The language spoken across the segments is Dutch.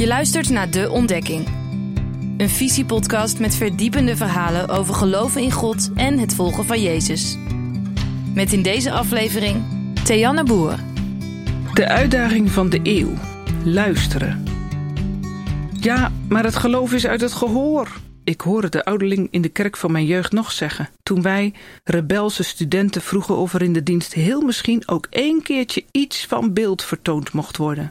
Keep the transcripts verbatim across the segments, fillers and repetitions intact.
Je luistert naar De Ontdekking. Een visiepodcast met verdiepende verhalen over geloven in God en het volgen van Jezus. Met in deze aflevering Theanne Boer. De uitdaging van de eeuw. Luisteren. Ja, maar het geloof is uit het gehoor. Ik hoorde de ouderling in de kerk van mijn jeugd nog zeggen, toen wij, rebelse studenten, vroegen of er in de dienst heel misschien ook één keertje iets van beeld vertoond mocht worden.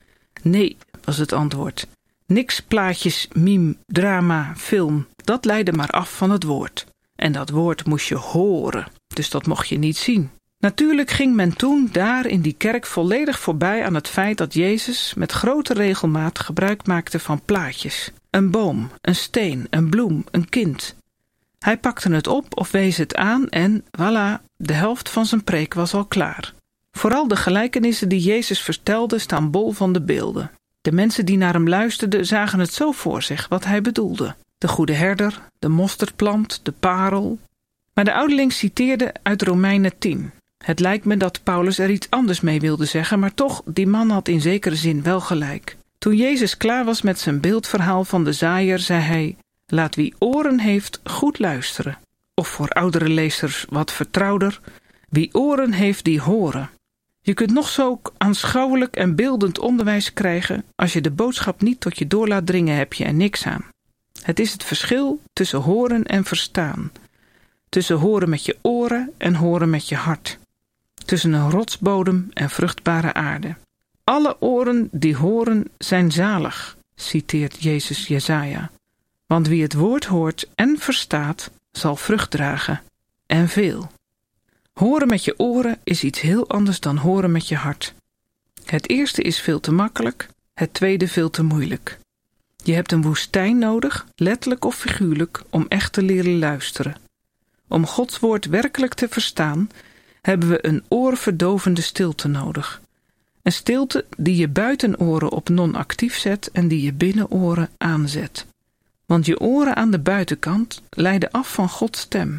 Nee, was het antwoord. Niks plaatjes, miem, drama, film. Dat leidde maar af van het woord. En dat woord moest je horen, dus dat mocht je niet zien. Natuurlijk ging men toen daar in die kerk volledig voorbij aan het feit dat Jezus met grote regelmaat gebruik maakte van plaatjes. Een boom, een steen, een bloem, een kind. Hij pakte het op of wees het aan en, voilà, de helft van zijn preek was al klaar. Vooral de gelijkenissen die Jezus vertelde staan bol van de beelden. De mensen die naar hem luisterden zagen het zo voor zich wat hij bedoelde. De goede herder, de mosterdplant, de parel. Maar de ouderling citeerde uit Romeinen tien. Het lijkt me dat Paulus er iets anders mee wilde zeggen, maar toch, die man had in zekere zin wel gelijk. Toen Jezus klaar was met zijn beeldverhaal van de zaaier, zei hij: laat wie oren heeft goed luisteren. Of voor oudere lezers wat vertrouwder: wie oren heeft die horen. Je kunt nog zo aanschouwelijk en beeldend onderwijs krijgen, als je de boodschap niet tot je door laat dringen, heb je er niks aan. Het is het verschil tussen horen en verstaan. Tussen horen met je oren en horen met je hart. Tussen een rotsbodem en vruchtbare aarde. Alle oren die horen zijn zalig, citeert Jezus Jesaja. Want wie het woord hoort en verstaat, zal vrucht dragen, en veel. Horen met je oren is iets heel anders dan horen met je hart. Het eerste is veel te makkelijk, het tweede veel te moeilijk. Je hebt een woestijn nodig, letterlijk of figuurlijk, om echt te leren luisteren. Om Gods woord werkelijk te verstaan, hebben we een oorverdovende stilte nodig. Een stilte die je buitenoren op non-actief zet en die je binnenoren aanzet. Want je oren aan de buitenkant leiden af van Gods stem.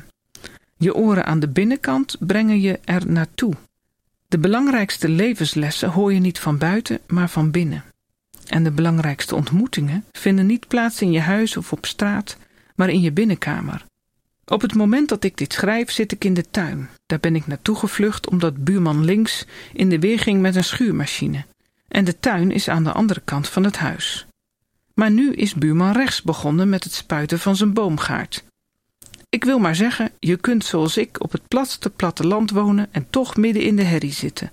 Je oren aan de binnenkant brengen je er naartoe. De belangrijkste levenslessen hoor je niet van buiten, maar van binnen. En de belangrijkste ontmoetingen vinden niet plaats in je huis of op straat, maar in je binnenkamer. Op het moment dat ik dit schrijf zit ik in de tuin. Daar ben ik naartoe gevlucht omdat buurman links in de weer ging met een schuurmachine. En de tuin is aan de andere kant van het huis. Maar nu is buurman rechts begonnen met het spuiten van zijn boomgaard. Ik wil maar zeggen, je kunt zoals ik op het platste platteland wonen en toch midden in de herrie zitten.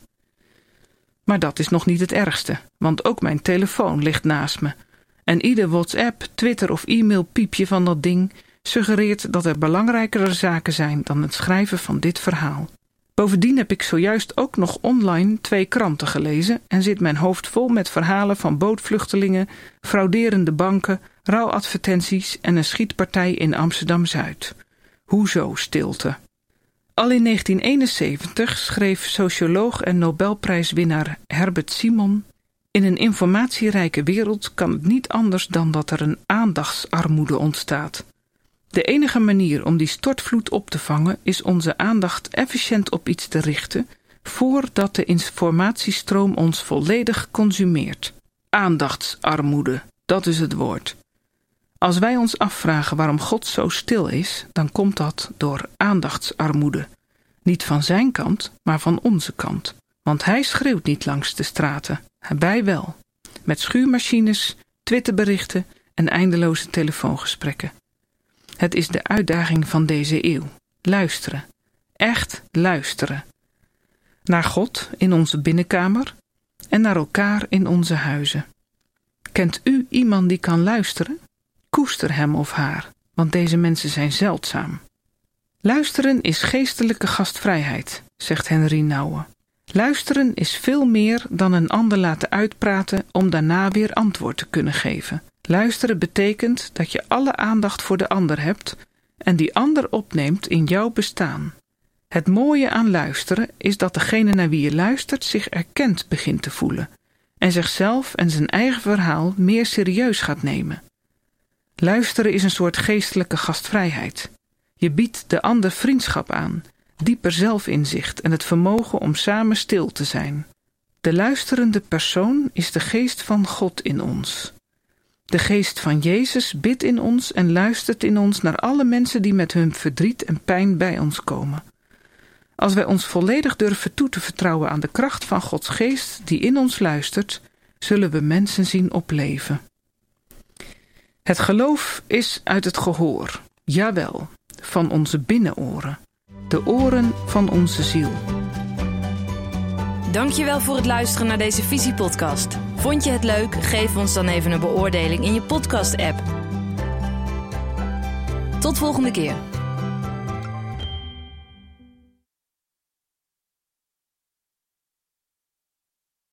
Maar dat is nog niet het ergste, want ook mijn telefoon ligt naast me. En ieder WhatsApp, Twitter of e-mail piepje van dat ding suggereert dat er belangrijkere zaken zijn dan het schrijven van dit verhaal. Bovendien heb ik zojuist ook nog online twee kranten gelezen en zit mijn hoofd vol met verhalen van bootvluchtelingen, frauderende banken, rouwadvertenties en een schietpartij in Amsterdam-Zuid. Hoezo stilte? Al in negentien eenenzeventig schreef socioloog en Nobelprijswinnaar Herbert Simon: in een informatierijke wereld kan het niet anders dan dat er een aandachtsarmoede ontstaat. De enige manier om die stortvloed op te vangen is onze aandacht efficiënt op iets te richten, voordat de informatiestroom ons volledig consumeert. Aandachtsarmoede, dat is het woord. Als wij ons afvragen waarom God zo stil is, dan komt dat door aandachtsarmoede. Niet van zijn kant, maar van onze kant. Want hij schreeuwt niet langs de straten, wij wel. Met schuurmachines, twitterberichten en eindeloze telefoongesprekken. Het is de uitdaging van deze eeuw. Luisteren. Echt luisteren. Naar God in onze binnenkamer en naar elkaar in onze huizen. Kent u iemand die kan luisteren? Koester hem of haar, want deze mensen zijn zeldzaam. Luisteren is geestelijke gastvrijheid, zegt Henry Nouwen. Luisteren is veel meer dan een ander laten uitpraten om daarna weer antwoord te kunnen geven. Luisteren betekent dat je alle aandacht voor de ander hebt en die ander opneemt in jouw bestaan. Het mooie aan luisteren is dat degene naar wie je luistert zich erkend begint te voelen en zichzelf en zijn eigen verhaal meer serieus gaat nemen. Luisteren is een soort geestelijke gastvrijheid. Je biedt de ander vriendschap aan, dieper zelfinzicht en het vermogen om samen stil te zijn. De luisterende persoon is de geest van God in ons. De geest van Jezus bidt in ons en luistert in ons naar alle mensen die met hun verdriet en pijn bij ons komen. Als wij ons volledig durven toe te vertrouwen aan de kracht van Gods geest die in ons luistert, zullen we mensen zien opleven. Het geloof is uit het gehoor, jawel, van onze binnenoren, de oren van onze ziel. Dankjewel voor het luisteren naar deze Visiepodcast. Vond je het leuk? Geef ons dan even een beoordeling in je podcast-app. Tot volgende keer.